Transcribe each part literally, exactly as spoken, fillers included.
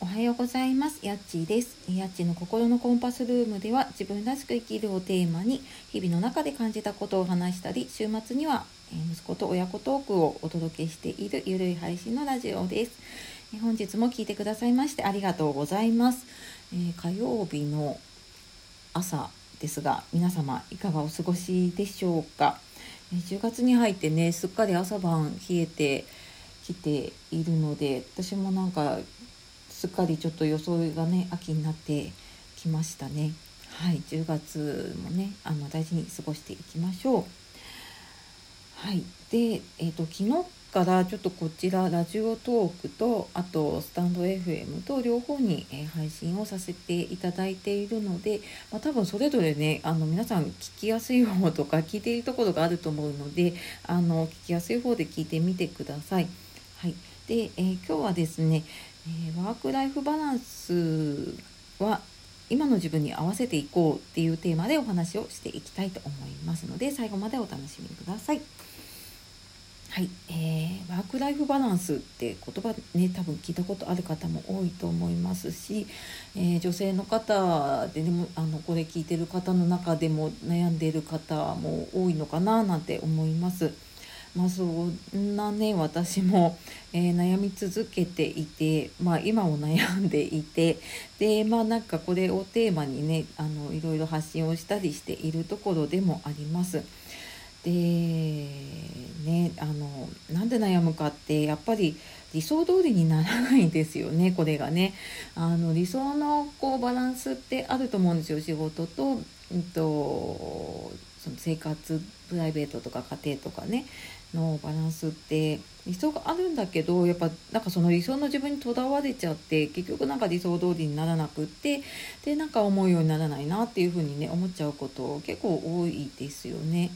はようございます。やっちーです。やっちーの心のコンパスルームでは、自分らしく生きるをテーマに日々の中で感じたことを話したり、週末には息子と親子トークをお届けしているゆるい配信のラジオです。本日も聞いてくださいましてありがとうございます。えー、火曜日の朝ですが、皆様いかがお過ごしでしょうか。じゅうがつに入ってね、すっかり朝晩冷えてきているので、私もなんかすっかりちょっと装いがね秋になってきましたね。はい、じゅうがつもねあの大事に過ごしていきましょう。はい、で、えーと、昨日からちょっとこちらラジオトークとあとスタンド エフエム と両方に、えー配信をさせていただいているので、まあ、多分それぞれねあの皆さん聞きやすい方とか聞いているところがあると思うので、あの聞きやすい方で聞いてみてください。はい、で、えー今日はですね、えーワークライフバランスは今の自分に合わせていこうっていうテーマでお話をしていきたいと思いますので、最後までお楽しみください。はい、えー、ワークライフバランスって言葉ね多分聞いたことある方も多いと思いますし、えー、女性の方で、ね、もあのこれ聞いてる方の中でも悩んでいる方も多いのかななんて思います。まあそんなね私も、えー悩み続けていて、まあ、今も悩んでいて、でまあなんかこれをテーマにねあのいろいろ発信をしたりしているところでもあります。でねあのなんで悩むかってやっぱり理想通りにならないんですよね。これがねあの理想のこうバランスってあると思うんですよ。仕事と、うんと、その生活プライベートとか家庭とかねのバランスって理想があるんだけど、やっぱなんかその理想の自分にとらわれちゃって結局なんか理想通りにならなくって、でなんか思うようにならないなっていうふうにね思っちゃうこと結構多いですよね。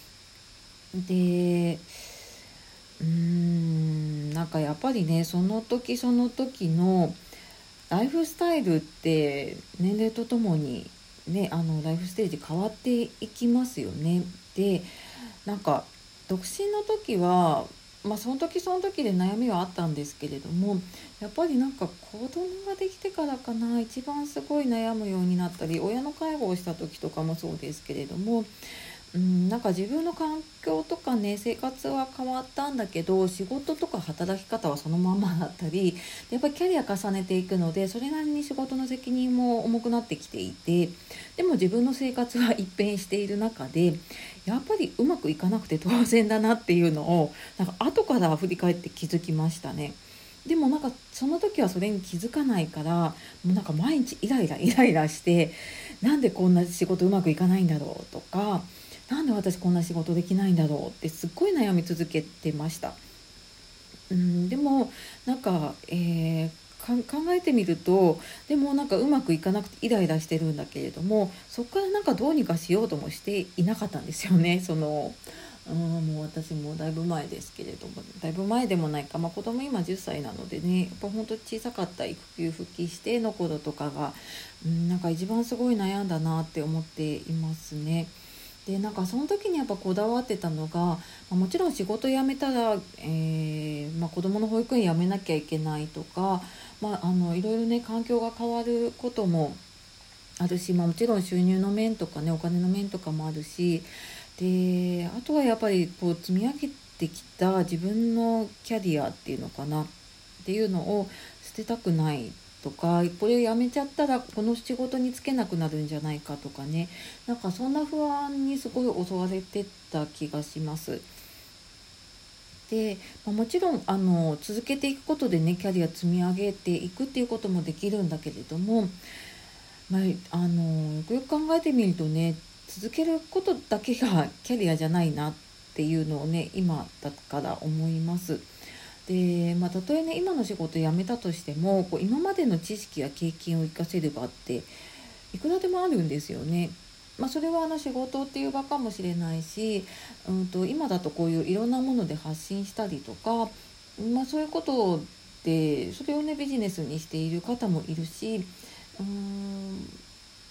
でうーんなんかやっぱりねその時その時のライフスタイルって年齢とともにねあのライフステージ変わっていきますよね。でなんか独身の時はまあその時その時で悩みはあったんですけれども、やっぱりなんか子供ができてからかな一番すごい悩むようになったり、親の介護をした時とかもそうですけれども、うん、なんか自分の環境とかね生活は変わったんだけど仕事とか働き方はそのまんまだったり、やっぱりキャリア重ねていくのでそれなりに仕事の責任も重くなってきていて、でも自分の生活は一変している中でやっぱりうまくいかなくて当然だなっていうのをなんか後から振り返って気づきましたね。でもなんかその時はそれに気づかないから、もうなんか毎日イライライライラして、なんでこんな仕事うまくいかないんだろうとか、なんで私こんな仕事できないんだろうってすっごい悩み続けてました。うん、でもなんか、えーか考えてみると、でもなんかうまくいかなくてイライラしてるんだけれども、そこからなんかどうにかしようともしていなかったんですよね。そのうん、もう私もだいぶ前ですけれども、だいぶ前でもないか、まあ、子供今じゅっさいなのでね、やっぱ本当小さかった育休復帰しての頃とかが、うん、なんか一番すごい悩んだなって思っていますね。でなんかその時にやっぱこだわってたのが、まあ、もちろん仕事辞めたら、えーまあ、子どもの保育園辞めなきゃいけないとか、まあ、あのいろいろね環境が変わることもあるし、まあ、もちろん収入の面とかねお金の面とかもあるし、であとはやっぱりこう積み上げてきた自分のキャリアっていうのかなっていうのを捨てたくないとか、これをやめちゃったらこの仕事に就けなくなるんじゃないかとかね、なんかそんな不安にすごい襲われてた気がします。で、まあ、もちろんあの続けていくことでねキャリア積み上げていくっていうこともできるんだけれども、まあ、あのよくよく考えてみるとね、続けることだけがキャリアじゃないなっていうのをね今だから思います。で、まあ、たとえね今の仕事辞めたとしてもこう今までの知識や経験を活かせる場っていくらでもあるんですよね。まあ、それはあの仕事っていう場かもしれないし、うんと今だとこういういろんなもので発信したりとか、まあ、そういうことでそれをねビジネスにしている方もいるし、うーん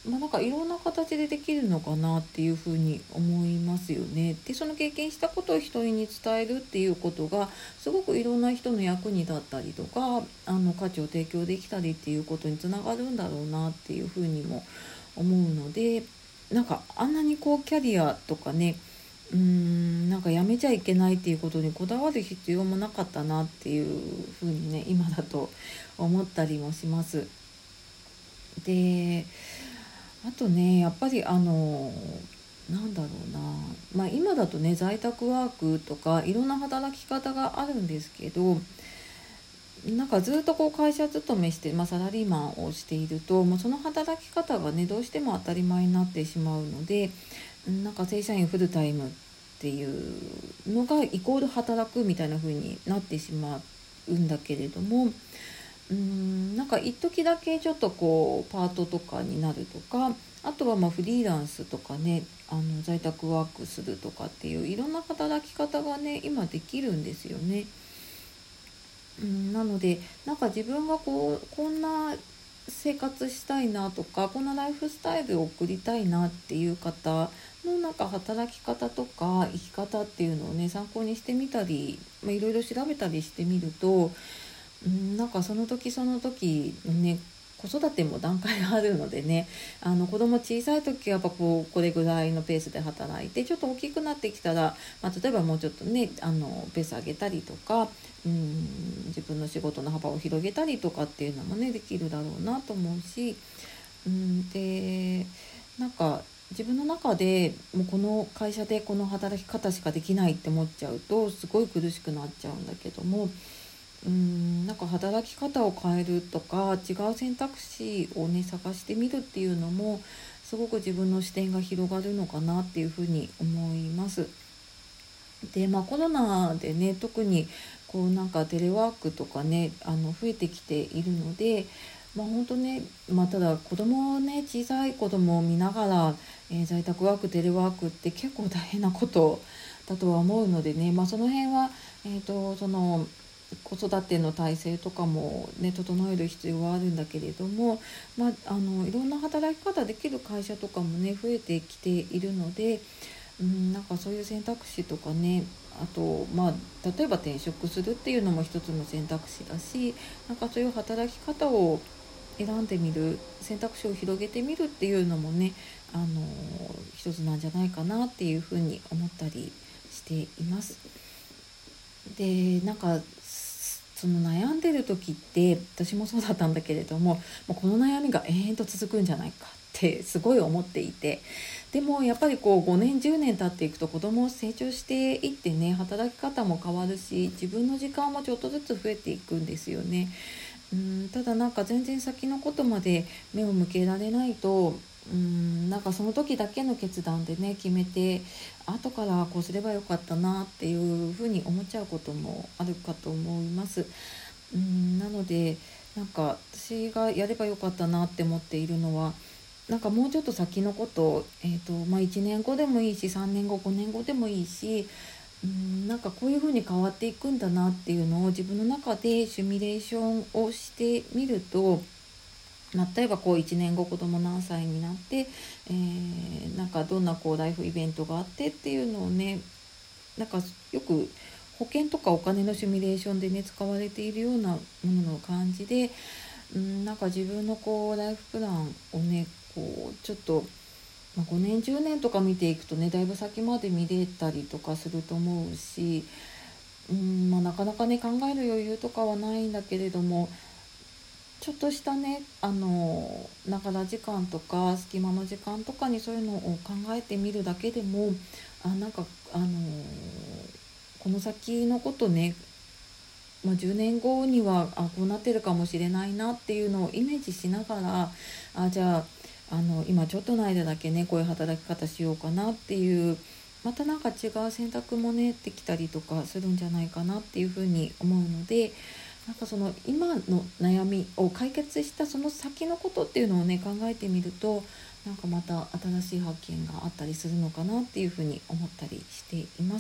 まあ、なんかいろんな形でできるのかなっていうふうに思いますよね。でその経験したことを人に伝えるっていうことがすごくいろんな人の役に立ったりとか、あの価値を提供できたりっていうことにつながるんだろうなっていうふうにも思うので、なんかあんなにこうキャリアとかね、うーんなんかやめちゃいけないっていうことにこだわる必要もなかったなっていうふうにね、今だと思ったりもします。であとね、やっぱりあのなんだろうな、まあ今だとね、在宅ワークとかいろんな働き方があるんですけど、なんかずっとこう会社勤めして、まあ、サラリーマンをしていると、もうその働き方がねどうしても当たり前になってしまうので、なんか正社員フルタイムっていうのがイコール働くみたいな風になってしまうんだけれども、うーんなんか一時だけちょっとこうパートとかになるとか、あとはまあフリーランスとかね、あの在宅ワークするとかっていういろんな働き方がね今できるんですよね。うん、なのでなんか自分がこうこんな生活したいなとか、こんなライフスタイルを送りたいなっていう方のなんか働き方とか生き方っていうのをね参考にしてみたり、まあ、いろいろ調べたりしてみると、うん、なんかその時その時のね、子育ても段階があるのでね、あの子供小さい時はやっぱこうこれぐらいのペースで働いて、ちょっと大きくなってきたら、まあ、例えばもうちょっとねあのペース上げたりとか、うん、自分の仕事の幅を広げたりとかっていうのもねできるだろうなと思うし、うん、でなんか自分の中でもうこの会社でこの働き方しかできないって思っちゃうとすごい苦しくなっちゃうんだけども、うーんなんか働き方を変えるとか違う選択肢をね探してみるっていうのもすごく自分の視点が広がるのかなっていうふうに思います。でまあコロナでね特にこうなんかテレワークとかねあの増えてきているので、まあ本当ね、まあ、ただ子供をね小さい子供を見ながら、えー在宅ワークテレワークって結構大変なことだとは思うのでね、まあ、その辺は、えーとその子育ての体制とかもね整える必要はあるんだけれども、まあ、あのいろんな働き方できる会社とかもね増えてきているので、うん、なんかそういう選択肢とかね、あとまあ例えば転職するっていうのも一つの選択肢だし、なんかそういう働き方を選んでみる、選択肢を広げてみるっていうのもね、あの一つなんじゃないかなっていうふうに思ったりしています。でなんかその悩んでる時って私もそうだったんだけれども、もうこの悩みが延々と続くんじゃないかってすごい思っていて、でもやっぱりこうごねんじゅうねん経っていくと子供成長していってね、働き方も変わるし自分の時間もちょっとずつ増えていくんですよね。うんただなんか全然先のことまで目を向けられないと、うんなんかその時だけの決断でね決めて後からこうすればよかったなっていうふうに思っちゃうこともあるかと思います。うんなのでなんか私がやればよかったなって思っているのは、なんかもうちょっと先のこと、えーとまあ、いちねんごでもいいしさんねんごごねんごでもいいし、うんなんかこういう風に変わっていくんだなっていうのを自分の中でシミュレーションをしてみると、まあ例えばこういちねんご子供何歳になって、えーなんかどんなこうライフイベントがあってっていうのをね、なんかよく保険とかお金のシミュレーションでね使われているようなものの感じで、うんなんか自分のこうライフプランをねこうちょっと、まあ、ごねんじゅうねんとか見ていくとねだいぶ先まで見れたりとかすると思うし、うんまあ、なかなかね考える余裕とかはないんだけれども、ちょっとしたねあのながら時間とか隙間の時間とかにそういうのを考えてみるだけでも、あなんかあのこの先のことね、まあ、じゅうねんごにはあこうなってるかもしれないなっていうのをイメージしながら、あじゃあ、あの今ちょっとの間だけねこういう働き方しようかなっていう、またなんか違う選択もねできたりとかするんじゃないかなっていうふうに思うので、なんかその今の悩みを解決したその先のことっていうのをね考えてみると、なんかまた新しい発見があったりするのかなっていうふうに思ったりしています。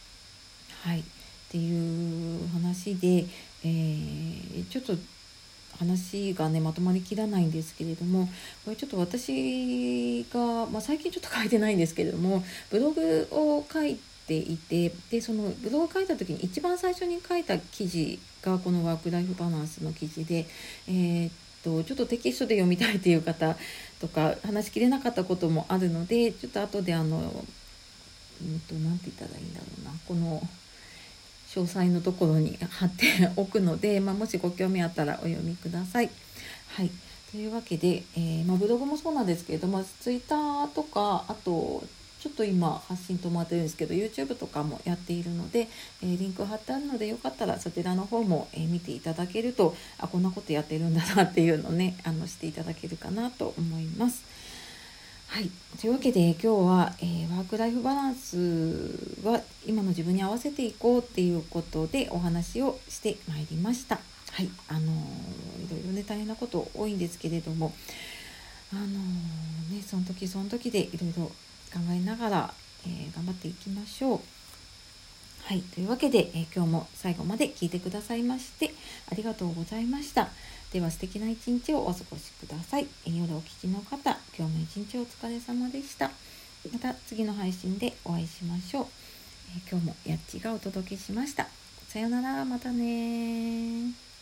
はいっていう話で、えーちょっと話がねまとまりきらないんですけれども、これちょっと私が、まあ、最近ちょっと書いてないんですけれども、ブログを書いていて、でそのブログを書いた時に一番最初に書いた記事がこのワークライフバランスの記事で、えーっとちょっとテキストで読みたいという方とか話しきれなかったこともあるので、ちょっと後であのうんとなんて言ったらいいんだろうな、この詳細のところに貼っておくので、まあ、もしご興味あったらお読みください。はい、というわけで、えーまあ、ブログもそうなんですけれども、ツイッターとか、あとちょっと今発信止まってるんですけど YouTube とかもやっているので、えーリンク貼ってあるので、よかったらそちらの方も、えー見ていただけると、あこんなことやってるんだなっていうのをね、あのしていただけるかなと思います。はい、というわけで今日は、えーワークライフバランスは今の自分に合わせていこうっていうことでお話をしてまいりました。はい、あのー、いろいろね大変なこと多いんですけれども、あのー、ねその時その時でいろいろ考えながら、えー頑張っていきましょう。はい、というわけで、えー今日も最後まで聞いてくださいましてありがとうございました。では素敵な一日をお過ごしください。えー夜お聞きの方、今日も一日お疲れ様でした。また次の配信でお会いしましょう。えー今日もやっちがお届けしました。さよなら、またね。